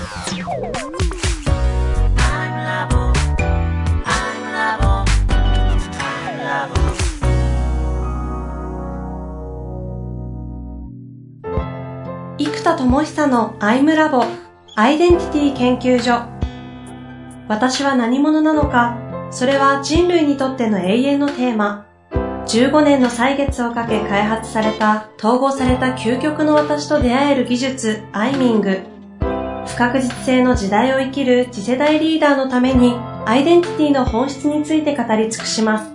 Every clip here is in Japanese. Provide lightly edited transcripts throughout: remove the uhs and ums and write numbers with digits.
生田智久のアイムラボアイデンティティ研究所。私は何者なのか、それは人類にとっての永遠のテーマ。15年の歳月をかけ開発された統合された究極の私と出会える技術アイミング。不確実性の時代を生きる次世代リーダーのためにアイデンティティの本質について語り尽くします。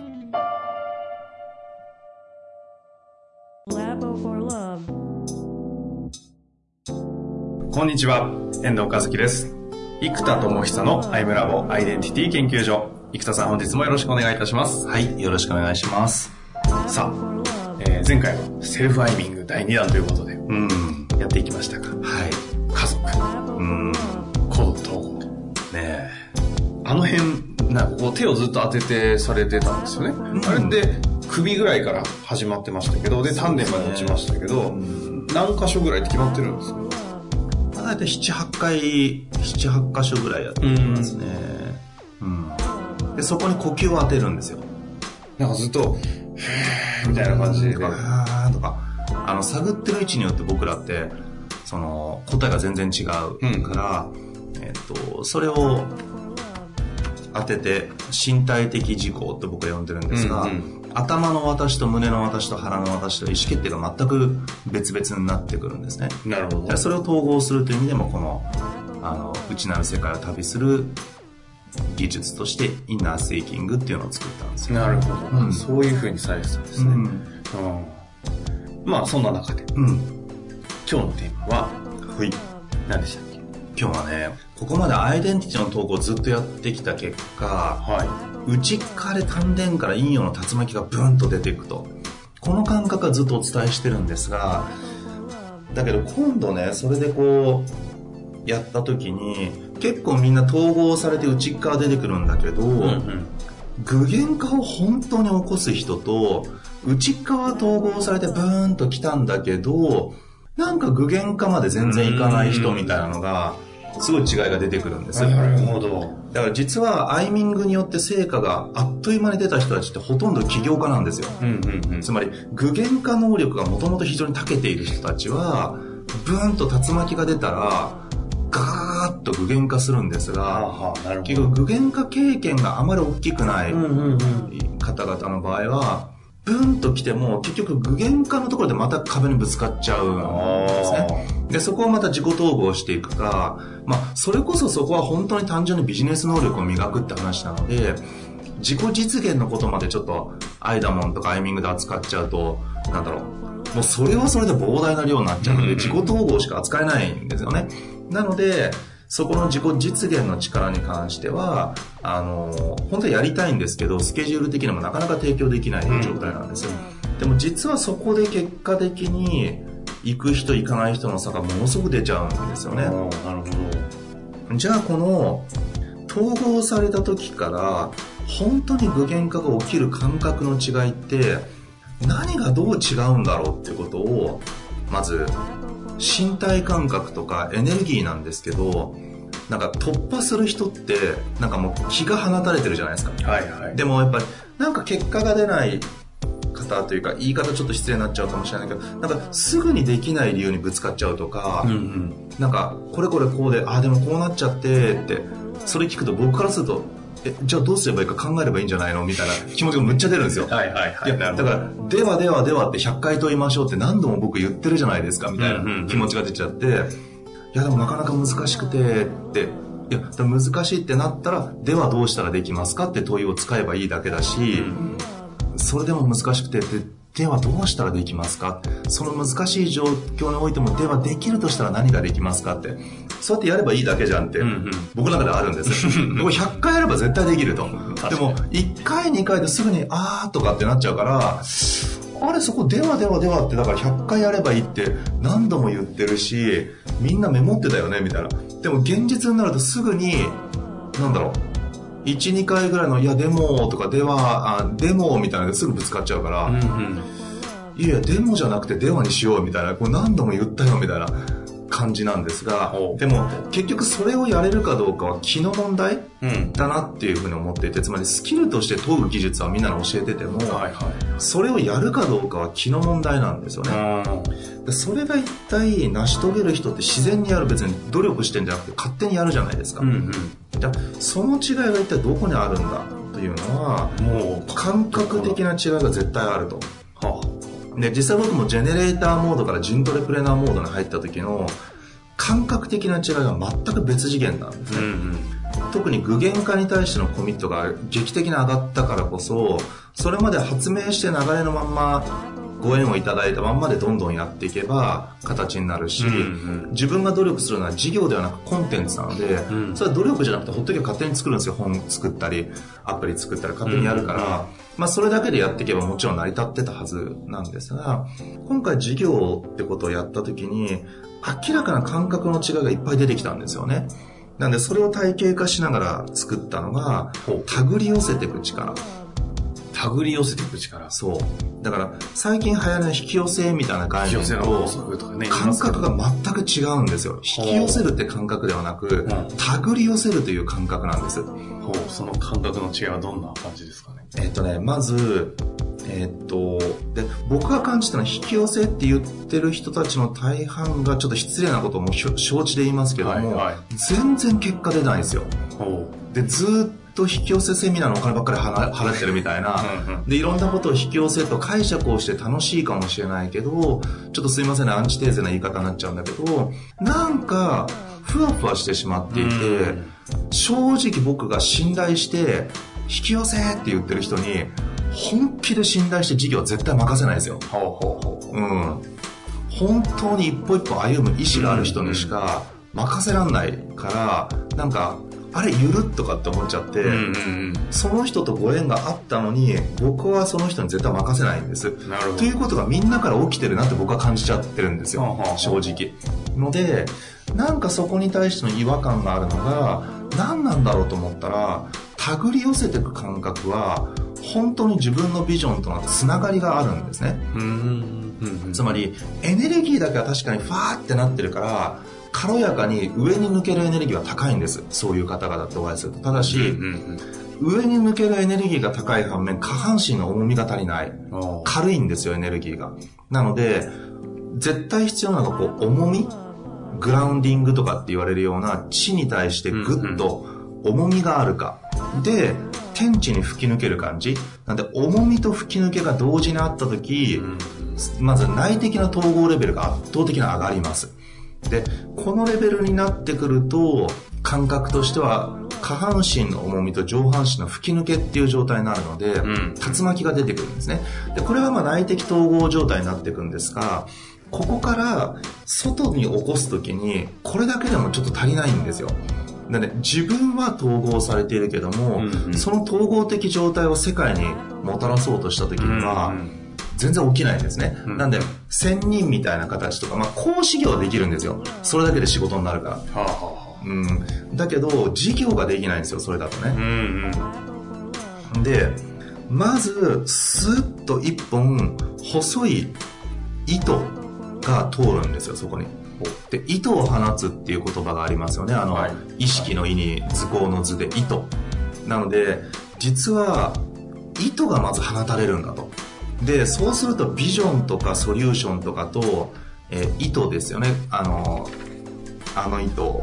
こんにちは、遠藤和樹です。生田智久のアイムラボアイデンティティ研究所。生田さん、本日もよろしくお願いいたします。 はい、よろしくお願いします。 さあ、前回はセルフアイミング第2弾ということで、やっていきましたが、 はい、 家族、孤独統合、ね、あの辺なんかこう手をずっと当ててされてたんですよね。あれで首ぐらいから始まってましたけど、で丹田まで落ちましたけど、何箇所ぐらいって決まってるんですか？ 大体7、8箇所ぐらいやってますね。でそこに呼吸を当てるんですよ。 なんかずっとへーみたいな感じでとか探ってる位置によって僕らってその答えが全然違うから、それを当てて身体的自己って僕は呼んでるんですが、頭の私と胸の私と腹の私と意思決定が全く別々になってくるんですね。 なるほど。 それを統合するという意味でもこの内なる世界を旅する技術としてインナースイキングっていうのを作ったんですよ。 なるほど、そういう風にされてたんですね。まあそんな中で、今日のテーマは何でしたっけ？ 今日はね、ここまでアイデンティティの統合をずっとやってきた結果、内側で丹田から陰陽の竜巻がブンと出ていくと、この感覚はずっとお伝えしてるんですが、だけど今度ね、それでこうやった時に結構みんな統合されて内側出てくるんだけど、具現化を本当に起こす人と内側統合されてブーンと来たんだけど、なんか具現化まで全然いかない人みたいなのがすごい違いが出てくるんですよ。 なるほど。 だから実はアイミングによって成果があっという間に出た人たちってほとんど起業家なんですよ。つまり具現化能力がもともと非常に長けている人たちはブーンと竜巻が出たらガーッと具現化するんですが、結局具現化経験があまり大きくない方々の場合はブーンと来ても結局具現化のところでまた壁にぶつかっちゃうんですね。でそこをまた自己統合していくか、それこそそこは本当に単純にビジネス能力を磨くって話なので、自己実現のことまでちょっとアイダモンとかアイミングで扱っちゃうと、もうそれはそれで膨大な量になっちゃうので、自己統合しか扱えないんですよね。なのでそこの自己実現の力に関しては本当はやりたいんですけど、スケジュール的にもなかなか提供できない状態なんですよ。でも実はそこで結果的に行く人行かない人の差がものすごく出ちゃうんですよね。 なるほど。じゃあこの統合された時から本当に具現化が起きる感覚の違いって何がどう違うんだろうっていうことを、まず身体感覚とかエネルギーなんですけど、なんか突破する人ってなんかもう気が放たれてるじゃないですか。でもやっぱりなんか結果が出ない方というか、言い方ちょっと失礼になっちゃうかもしれないけど、なんかすぐにできない理由にぶつかっちゃうとか、なんかこれこうででもこうなっちゃってって、それ聞くと僕からするとじゃあどうすればいいか考えればいいんじゃないのみたいな気持ちがむっちゃ出るんですよ。だからではって100回問いましょうって何度も僕言ってるじゃないですかみたいな気持ちが出ちゃって、いやでもなかなか難しくてって、いやでも難しいってなったらではどうしたらできますかって問いを使えばいいだけだし、それでも難しくてではどうしたらできますか、その難しい状況においてもではできるとしたら何ができますかって、そうやってやればいいだけじゃんって、僕の中ではあるんですよ。でも100回やれば絶対できると。でも1回2回ですぐにとかってなっちゃうから、あれそこではってだから100回やればいいって何度も言ってるしみんなメモってたよねみたいな。でも現実になるとすぐに1,2 回ぐらいのいやでもとかではでもみたいなのですぐぶつかっちゃうから、いやでもじゃなくてではにしようみたいな、これ何度も言ったよみたいな。 感じなんですが、でも結局それをやれるかどうかは気の問題だなっていうふうに思っていて、つまりスキルとして問う技術はみんなに教えてても、それをやるかどうかは気の問題なんですよね。でそれが一体成し遂げる人って自然にやる、別に努力してんじゃなくて勝手にやるじゃないですか。じゃあその違いが一体どこにあるんだというのは、もう感覚的な違いが絶対あると。で実際僕もジェネレーターモードからジントレプレナーモードに入った時の感覚的な違いが全く別次元なんですね。特に具現化に対してのコミットが劇的に上がったからこそ、それまで発明して流れのまんまご縁をいただいたまんまでどんどんやっていけば形になるし、自分が努力するのは事業ではなくコンテンツなので、それは努力じゃなくてほっとけば勝手に作るんですよ。本作ったりアプリ作ったり勝手にやるから、まあそれだけでやっていけばもちろん成り立ってたはずなんですが、今回事業ってことをやった時に明らかな感覚の違いがいっぱい出てきたんですよね。なんでそれを体系化しながら作ったのが手繰り寄せていく力。 手繰り寄せていく力。 そう。だから最近流行りの引き寄せみたいな概念と感覚が全く違うんですよ。引き寄せるって感覚ではなく、手繰り寄せるという感覚なんです。 その感覚の違いはどんな感じですかね。 まずで僕が感じたのは、引き寄せって言ってる人たちの大半がちょっと失礼なことも承知で言いますけども、全然結果出ないんですよ。でずっと引き寄せセミナーのお金ばっかり払ってるみたいなで、いろんなことを引き寄せと解釈をして楽しいかもしれないけど、ちょっとすいませんね、アンチテーゼな言い方になっちゃうんだけど、なんかふわふわしてしまっていて、正直僕が信頼して引き寄せって言ってる人に本気で信頼して事業は絶対任せないですよ。本当に一歩一歩歩む意思がある人にしか任せらんないから、なんかあれゆるっとかって思っちゃって、その人とご縁があったのに僕はその人に絶対任せないんです。ということがみんなから起きてるなって僕は感じちゃってるんですよ、正直。のでなんかそこに対しての違和感があるのが何なんだろうと思ったら、手繰り寄せていく感覚は本当に自分のビジョンとのつながりがあるんですね。つまりエネルギーだけは確かにファーってなってるから軽やかに上に抜けるエネルギーは高いんです。そういう方々ってお会いすると。ただし、上に抜けるエネルギーが高い反面、下半身の重みが足りない。軽いんですよ、エネルギーが。なので絶対必要なのがこう重み、グラウンディングとかって言われるような地に対してグッと重みがあるかで天地に吹き抜ける感じなんで、重みと吹き抜けが同時にあった時、まず内的な統合レベルが圧倒的に上がります。でこのレベルになってくると感覚としては下半身の重みと上半身の吹き抜けっていう状態になるので、竜巻が出てくるんですね。でこれはまあ内的統合状態になっていくんですが、ここから外に起こすときにこれだけでもちょっと足りないんですよ。なので自分は統合されているけども、その統合的状態を世界にもたらそうとしたときには全然起きないんですね。なんで仙人みたいな形とか、講師業はできるんですよ。それだけで仕事になるから。だけど事業ができないんですよ、それだとね。でまずスッと一本細い糸が通るんですよ、そこに。で糸を放つっていう言葉がありますよね。意識の意に図工の図で糸なので、実は糸がまず放たれるんだと。でそうするとビジョンとかソリューションとかと、糸ですよね。糸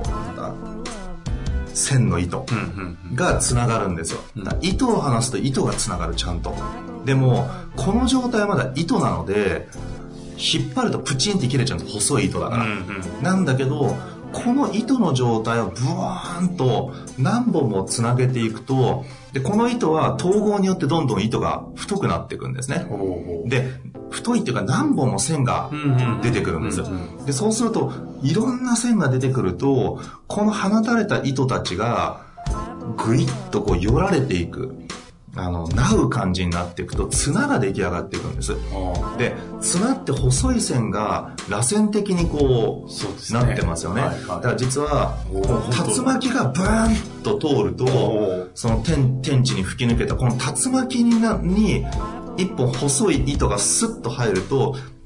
線の糸がつながるんですよ。糸を離すと糸がつながる、ちゃんと。でもこの状態はまだ糸なので引っ張るとプチンって切れちゃうんです、細い糸だから。なんだけどこの糸の状態をブワーンと何本もつなげていくと、でこの糸は統合によってどんどん糸が太くなっていくんですね。で太いっていうか何本も線が出てくるんですよ。でそうするといろんな線が出てくると、この放たれた糸たちがグイッとこう寄られていく、なう感じになっていくと綱が出来上がっていくんです。で綱って細い線が螺旋的にこうなってますよね。だから実は竜巻がブーンと通ると、その天地に吹き抜けたこの竜巻に一本細い糸がスッと入ると、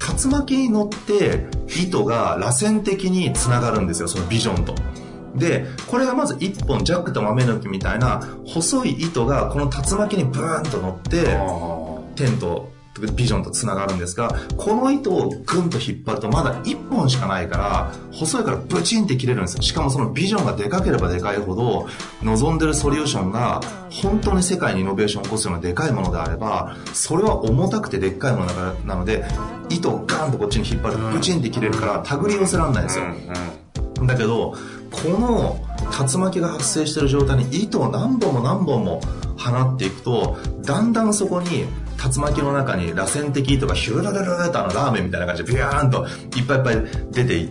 竜巻に乗って糸が螺旋的につながるんですよ、そのビジョンと。で、これがまず一本ジャックと豆の木みたいな細い糸がこの竜巻にブーンと乗ってテントビジョンとつながるんですが、この糸をグンと引っ張るとまだ一本しかないから細いからブチンって切れるんですよ。しかもそのビジョンがでかければでかいほど望んでるソリューションが本当に世界にイノベーションを起こすようなでかいものであれば、それは重たくてでっかいものなので糸をガンとこっちに引っ張るとブチンって切れるから手繰り寄せられないんですよ。だけどこの竜巻が発生している状態に糸を何本も何本も放っていくと、だんだんそこに竜巻の中に螺旋的糸がヒュルルルルルとラーメンみたいな感じでビューンといっぱいいっぱい出ていって、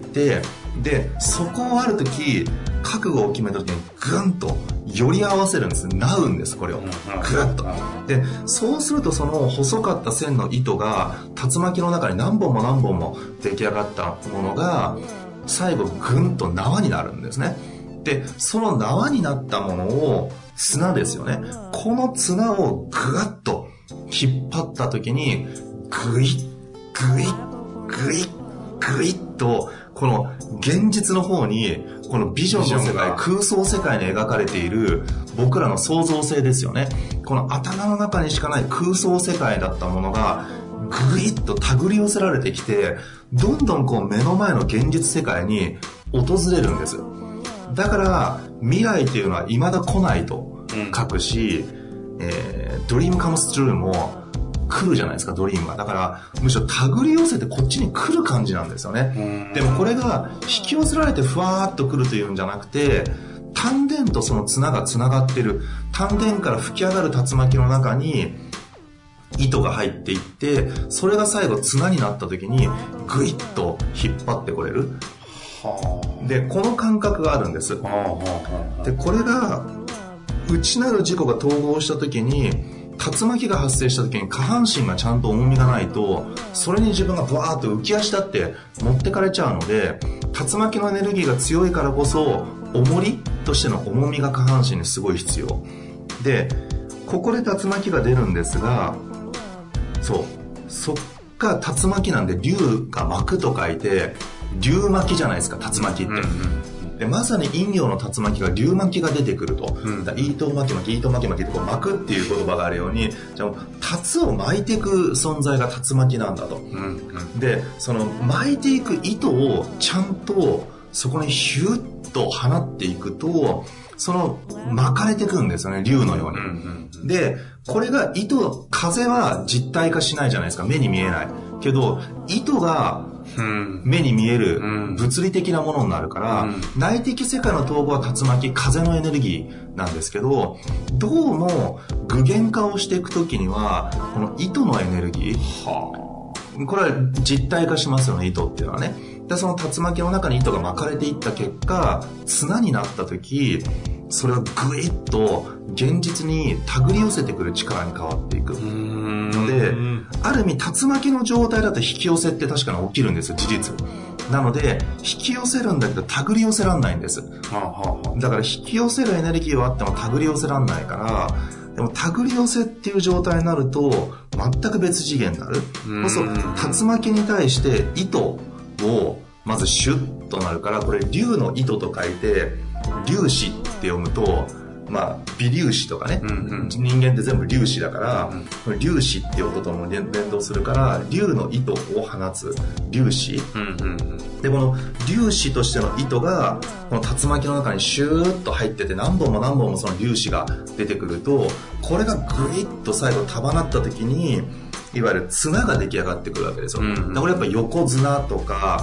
でそこをある時覚悟を決めた時にグンと寄り合わせるんです。なうんです、これをグッと。でそうするとその細かった線の糸が竜巻の中に何本も何本も出来上がったものが最後グンと縄になるんですね。でその縄になったものを綱ですよね。この綱をグワッと引っ張った時にグイッグイッグイッグイッとこの現実の方にこのビジョンの世界、空想世界に描かれている僕らの創造性ですよね。この頭の中にしかない空想世界だったものがグイッと手繰り寄せられてきて、どんどんこう目の前の現実世界に訪れるんです。だから未来っていうのは未だ来ないと書くし、ドリームカムストゥルーも来るじゃないですか、ドリームは。だからむしろ手繰り寄せてこっちに来る感じなんですよね。でもこれが引き寄せられてふわーっと来るというんじゃなくて、丹田とその綱がつながってる、丹田から吹き上がる竜巻の中に糸が入っていって、それが最後綱になった時にグイッと引っ張ってこれる。でこの感覚があるんです。でこれが内なる自己が統合した時に、竜巻が発生した時に下半身がちゃんと重みがないと、それに自分がブワーッと浮き足立って持ってかれちゃうので、竜巻のエネルギーが強いからこそ重りとしての重みが下半身にすごい必要で、ここで竜巻が出るんですが、そっか竜巻なんで竜が巻くと書いて竜巻じゃないですか、竜巻って、でまさに陰陽の竜巻が竜巻が出てくると、イート巻き巻きイート巻き巻きってこう巻くっていう言葉があるように、じゃあ竜を巻いていく存在が竜巻なんだと、でその巻いていく糸をちゃんとそこにヒュッと放っていくと、その巻かれてくんですよね、竜のように。でこれが糸、風は実体化しないじゃないですか、目に見えないけど糸が目に見える物理的なものになるから、内的世界の統合は竜巻、風のエネルギーなんですけど、どうも具現化をしていくときにはこの糸のエネルギー、これは実体化しますよね、糸っていうのはね。でその竜巻の中に糸が巻かれていった結果、綱になった時、それをグイッと現実に手繰り寄せてくる力に変わっていくので、ある意味竜巻の状態だと引き寄せって確かに起きるんですよ、事実なので。引き寄せるんだけど手繰り寄せらんないんです。だから引き寄せるエネルギーはあっても手繰り寄せらんないから、でも手繰り寄せっていう状態になると全く別次元になる。そう竜巻に対して糸をまずシュッとなるから、これ竜の糸と書いて粒子って読むと、微粒子とかね、人間って全部粒子だから、粒子って音とも連動するから、竜の糸を放つ粒子、でこの粒子としての糸がこの竜巻の中にシューッと入ってて、何本も何本もその粒子が出てくると、これがグイッと最後束なった時にいわゆる綱が出来上がってくるわけですよ。これやっぱ横綱とか、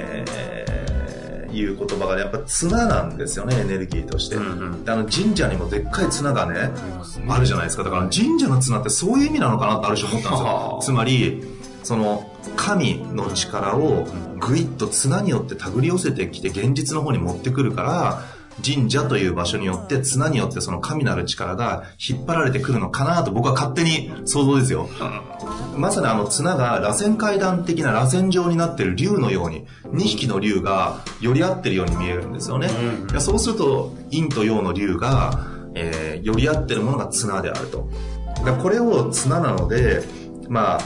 いう言葉が、ね、やっぱ綱なんですよね、エネルギーとして。神社にもでっかい綱がね、あるじゃないですか。だから神社の綱ってそういう意味なのかなってある種思ったんですよ。つまりその神の力をグイッと綱によって手繰り寄せてきて現実の方に持ってくるから、神社という場所によって綱によってその神なる力が引っ張られてくるのかなと僕は勝手に想像ですよ。まさに綱が螺旋階段的な螺旋状になってる竜のように、2匹の竜が寄り合ってるように見えるんですよね。そうすると陰と陽の竜が、寄り合ってるものが綱であると。これを綱なので、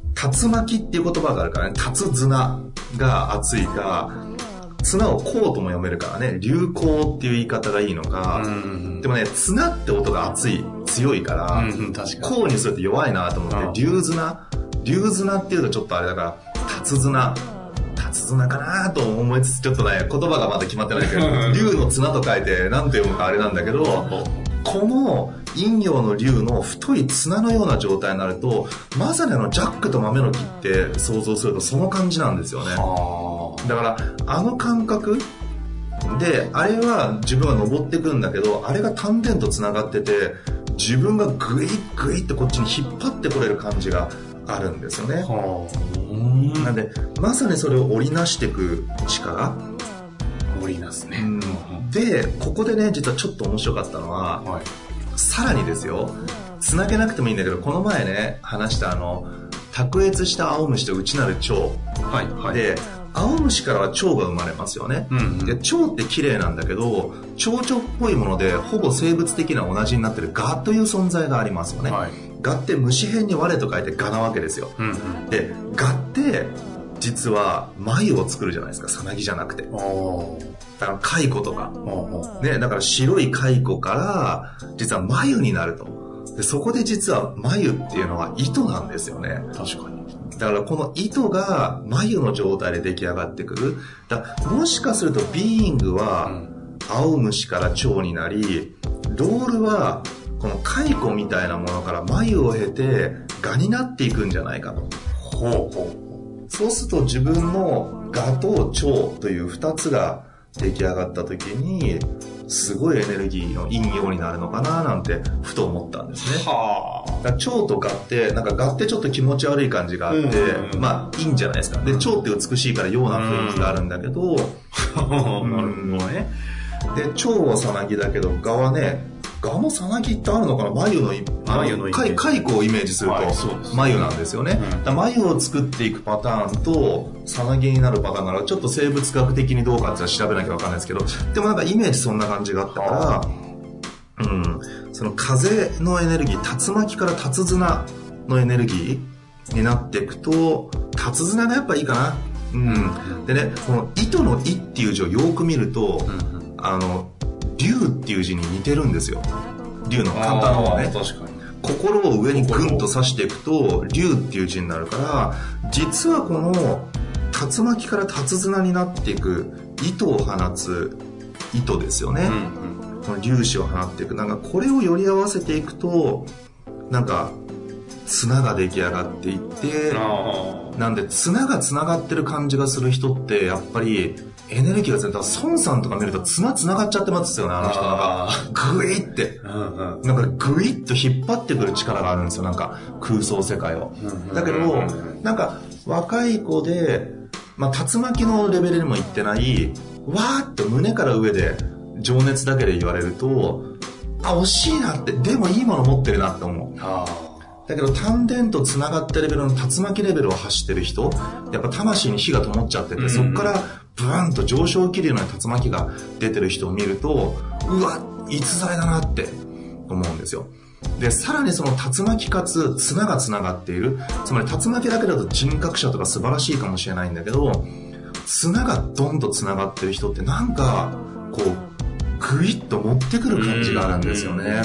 竜巻っていう言葉があるからね、竜綱が熱いか、綱をこうとも読めるからね、流行っていう言い方がいいのか、でもね、綱って音が熱い、強いから、 確かにこうにすると弱いなと思って、竜綱っていうとちょっとあれだから、竜綱かなと思いつつ、ちょっとね、言葉がまだ決まってないけど、竜の綱と書いて何て読むかあれなんだけど、この陰陽の竜の太い綱のような状態になると、まさにジャックと豆の木って想像するとその感じなんですよね。だからあの感覚で、あれは自分は登ってくんだけど、あれが丹田とつながってて、自分がグイッグイってこっちに引っ張ってこれる感じがあるんですよね。なんでまさにそれを織りなしていく力、 織りなすね、 でここでね、実はちょっと面白かったのは、さらにですよ、つなげなくてもいいんだけど、この前ね話した卓越した青虫と内なる蝶、で青虫からは蝶が生まれますよね、で蝶って綺麗なんだけど、蝶々っぽいものでほぼ生物的な同じになってる蛾という存在がありますよね、蛾って虫辺に我と書いて蛾なわけですよ、で蛾って実は繭を作るじゃないですか、さなぎじゃなくて。だから蚕とか、ね、だから白い蚕から実は繭になると。でそこで実は繭っていうのは糸なんですよね。 確かに。 だからこの糸が繭の状態で出来上がってくる。もしかするとビーイングは青虫から蝶になり、ロールはこの蚕みたいなものから繭を経て蛾になっていくんじゃないかと。そうすると自分の蛾と蝶という2つが出来上がった時に、すごいエネルギーの陰陽になるのかななんてふと思ったんですね。だ蝶と蛾ってなんか蛾ってちょっと気持ち悪い感じがあって、まあいいんじゃないですか。で蝶って美しいからような雰囲気があるんだけど、なるほどね。で蝶はさなぎだけど蛾はね、蛾もさなぎってあるのかな、繭の蚕をイメージすると繭なんですよね。繭を作っていくパターンとさなぎになるパターンならちょっと生物学的にどうかって調べなきゃ分かんないですけど、でもなんかイメージそんな感じがあったから、その風のエネルギー、竜巻から竜綱のエネルギーになっていくと、竜綱がやっぱいいかな。でね、この糸の「い」っていう字をよく見ると、竜っていう字に似てるんですよ。竜の簡単の方ね。確かに。心を上にグンと刺していくと竜っていう字になるから、実はこの竜巻から竜綱になっていく糸を放つ糸ですよね。この粒子を放っていく、なんかこれをより合わせていくとなんか綱が出来上がっていって、なんで綱がつながってる感じがする人ってやっぱりエネルギーが全然、孫さんとか見ると綱つながっちゃってますよね、あの人。なんかグイって、なんかグイッと引っ張ってくる力があるんですよ、なんか空想世界を。だけどなんか若い子で、まあ竜巻のレベルにもいってない、わーっと胸から上で情熱だけで言われると、あ、惜しいなって、でもいいもの持ってるなって思う。だけど丹田とつながったレベルの竜巻レベルを走ってる人、やっぱ魂に火が灯っちゃってて、そこからブーンと上昇気流のような竜巻が出てる人を見ると、うわ、逸材だなって思うんですよ。でさらにその竜巻かつ綱がつながっている、つまり竜巻だけだと人格者とか素晴らしいかもしれないんだけど、綱がドンとつながってる人ってなんかこうグイッと持ってくる感じがあるんですよね。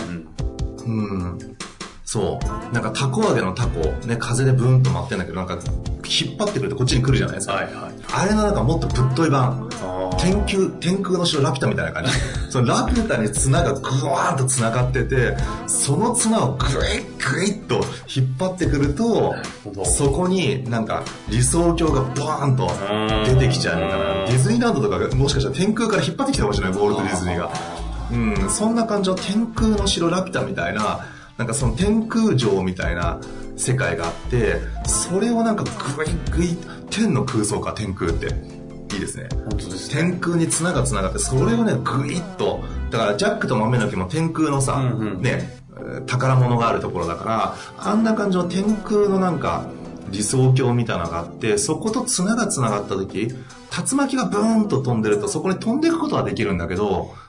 そうなんかタコ揚げのタコね、風でブーンと舞ってんだけど、なんか引っ張ってくるとこっちに来るじゃないですか、あれのなんかもっとぶっとい版、天空の城ラピュタみたいな感じそのラピュタに綱がグワーンとつながってて、その綱をグイッグイッと引っ張ってくると、そこになんか理想郷がバーンと出てきちゃうみたいな。ディズニーランドとかもしかしたら天空から引っ張ってきたかもしれない、ウォルト・ディズニーが。そんな感じの天空の城ラピュタみたいな、なんかその天空城みたいな世界があって、それをなんかグイッグイ、天の空想か、天空っていいですね。本当ですね。天空に綱がつながって、それをねグイッと、だからジャックと豆の木も天空のさ、ね、宝物があるところだから、あんな感じの天空のなんか理想郷みたいなのがあって、そこと綱がつながった時、竜巻がブーンと飛んでるとそこに飛んでいくことはできるんだけど、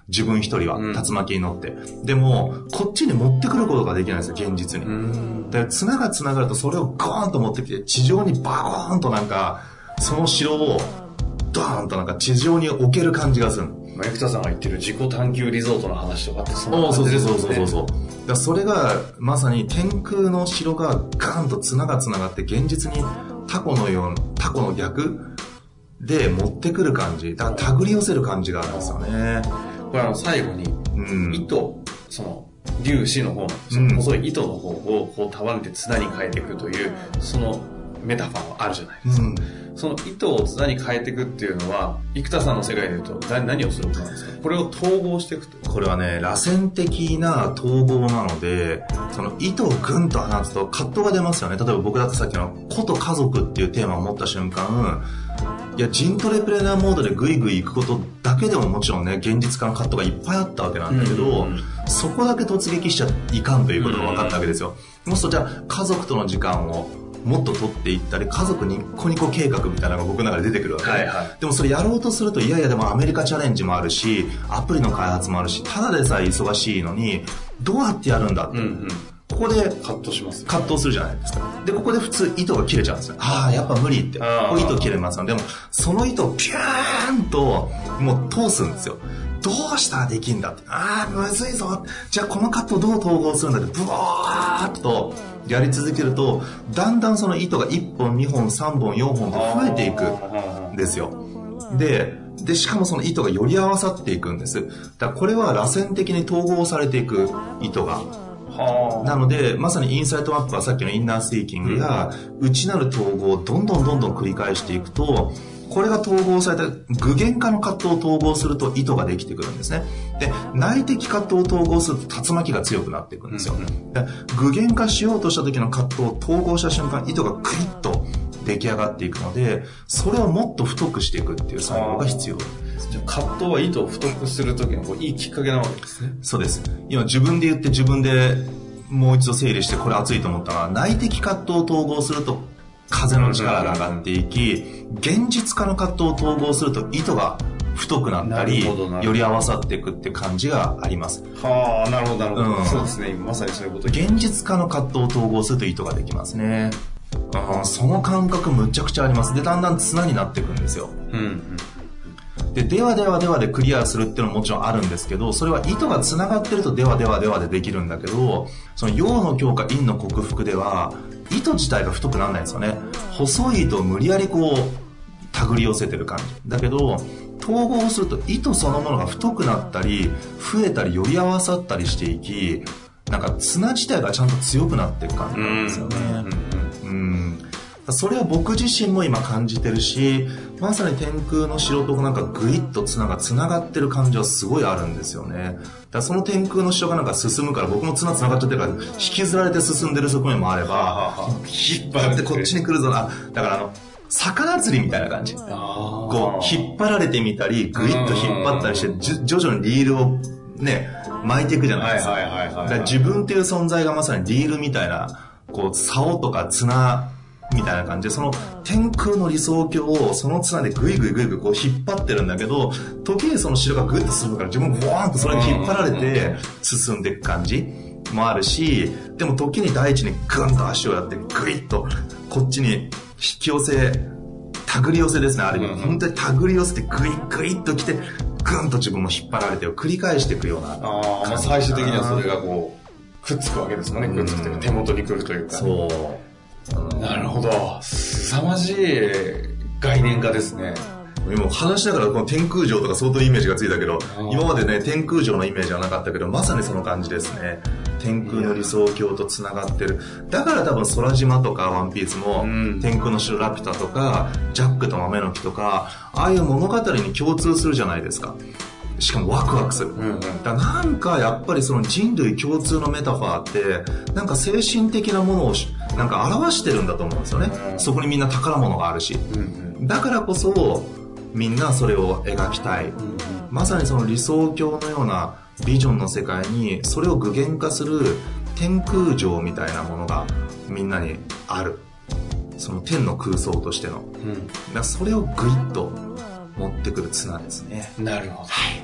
自分一人は竜巻に乗って。でも、こっちに持ってくることができないんですよ、現実に。で、綱が繋がるとそれをゴーンと持ってきて、地上にバコーンとなんか、その城をドーンとなんか地上に置ける感じがする。 生田さんが言ってる自己探求リゾートの話とかってそんな感じですよね。そう。だからそれがまさに天空の城がガーンと綱が繋がって現実にタコの逆で持ってくる感じ。だから手繰り寄せる感じがあるんですよね。 これ最後に、糸、その粒子の方の、その細い糸の方をこう束ねて綱に変えていくという、そのメタファーはあるじゃないですか。その糸を綱に変えていくっていうのは、生田さんの世界で言うと何をすることなんですか？これを統合していくと。 これはね、螺旋的な統合なので、その糸をぐんと放つと葛藤が出ますよね。例えば僕だってさっきの子と家族っていうテーマを持った瞬間、いや、ジントレプレーナーモードでグイグイ行くことだけでももちろんね、現実化の葛藤がいっぱいあったわけなんだけど、そこだけ突撃しちゃいかんということが分かったわけですよ。もっとじゃあ家族との時間をもっと取っていったり、家族ニッコニコ計画みたいなのが僕の中で出てくるわけ、でもそれやろうとすると、いやいやでもアメリカチャレンジもあるし、アプリの開発もあるし、ただでさえ忙しいのにどうやってやるんだって、ここで葛藤します、葛藤するじゃないですか。でここで普通糸が切れちゃうんですよ。やっぱ無理って、こう糸切れますので、でもその糸をピューンともう通すんですよ。どうしたらできんだって、むずいぞ、じゃあこの葛藤どう統合するんだってブワーッとやり続けると、だんだんその糸が1本2本3本4本と増えていくんですよ。でしかもその糸がより合わさっていくんです。だからこれは螺旋的に統合されていく糸がなので、まさにインサイトマップはさっきのインナースイーキングや内なる統合をどんどん繰り返していくと、これが統合された具現化の葛藤を統合すると糸ができてくるんですね。で、内的葛藤を統合すると竜巻が強くなっていくんですよ。で、具現化しようとした時の葛藤を統合した瞬間、糸がクイッと出来上がっていくので、それをもっと太くしていくっていう作業が必要。 じゃあ葛藤は糸を太くする時のいいきっかけなわけですね。 そうです。今自分で言って自分でもう一度整理して、これ熱いと思ったのは、内的葛藤を統合すると風の力が上がっていき、現実化の葛藤を統合すると糸が太くなったり、より合わさっていくって感じがあります。 なるほど、そうですね。まさにそういうこと。 現実化の葛藤を統合すると糸ができますね。その感覚むちゃくちゃあります。で、だんだん綱になっていくんですよ。で、ではでクリアするっていうのももちろんあるんですけど、それは糸が繋がってるとではでできるんだけど、その陽の強化陰の克服では糸自体が太くならないんですよね。細い糸を無理やりこう手繰り寄せてる感じだけど、統合すると糸そのものが太くなったり増えたりより合わさったりしていき、なんか綱自体がちゃんと強くなっていく感じなんですよね。それは僕自身も今感じてるし、まさに天空の城となんかグイッと綱が繋がってる感じはすごいあるんですよね。だからその天空の城がなんか進むから、僕も綱繋がっちゃってるから引きずられて進んでる側面もあれば、引っ張ってこっちに来るぞな。だから魚釣りみたいな感じ。こう引っ張られてみたり、グイッと引っ張ったりして、徐々にリールをね巻いていくじゃないですか。だから自分っていう存在がまさにリールみたいな、こう竿とか綱みたいな感じで、その天空の理想郷をその綱でグイグイこう引っ張ってるんだけど、時にその城がグッと進むから自分がボワーンとそれに引っ張られて進んでいく感じもあるし、でも時に大地にグンと足をやってグイッとこっちに引き寄せ、手繰り寄せですね、ある意味本当に手繰り寄せてグイッと来てグンと自分も引っ張られてを繰り返していくような最終的にはそれがこうくっつくわけですもんね。くっつくというか手元に来るというか、なるほど。凄まじい概念化ですね。 今話しながらこの天空城とか相当イメージがついたけど、今までね天空城のイメージはなかったけど、まさにその感じですね。天空の理想郷とつながってる。だから多分空島とかワンピースも、天空の城ラピュタとかジャックと豆の木とか、ああいう物語に共通するじゃないですか。しかもワクワクする。だなんかやっぱりその人類共通のメタファーってなんか精神的なものをなんか表してるんだと思うんですよね。そこにみんな宝物があるし、だからこそみんなそれを描きたい。まさにその理想郷のようなビジョンの世界にそれを具現化する天空城みたいなものがみんなにある。その天の空想としての、だそれをグイッと持ってくる綱ですね。 なるほど。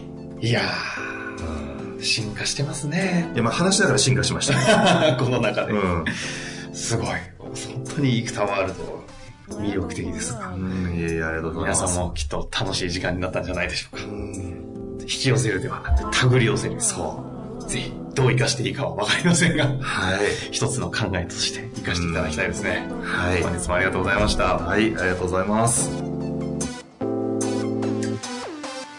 いやー、進化してますね。 いや、まあ話だから進化しましたね。 この中で。 うん。 すごい。本当に生田ワールド、魅力的ですが。 いえいえ、ありがとうございます。 皆さんもきっと楽しい時間になったんじゃないでしょうか。引き寄せるではなく、手繰り寄せる。そう。ぜひ、どう生かしていいかはわかりませんが、 はい。 一つの考えとして生かしていただきたいですね。 はい。 本日もありがとうございました。 はい、ありがとうございます。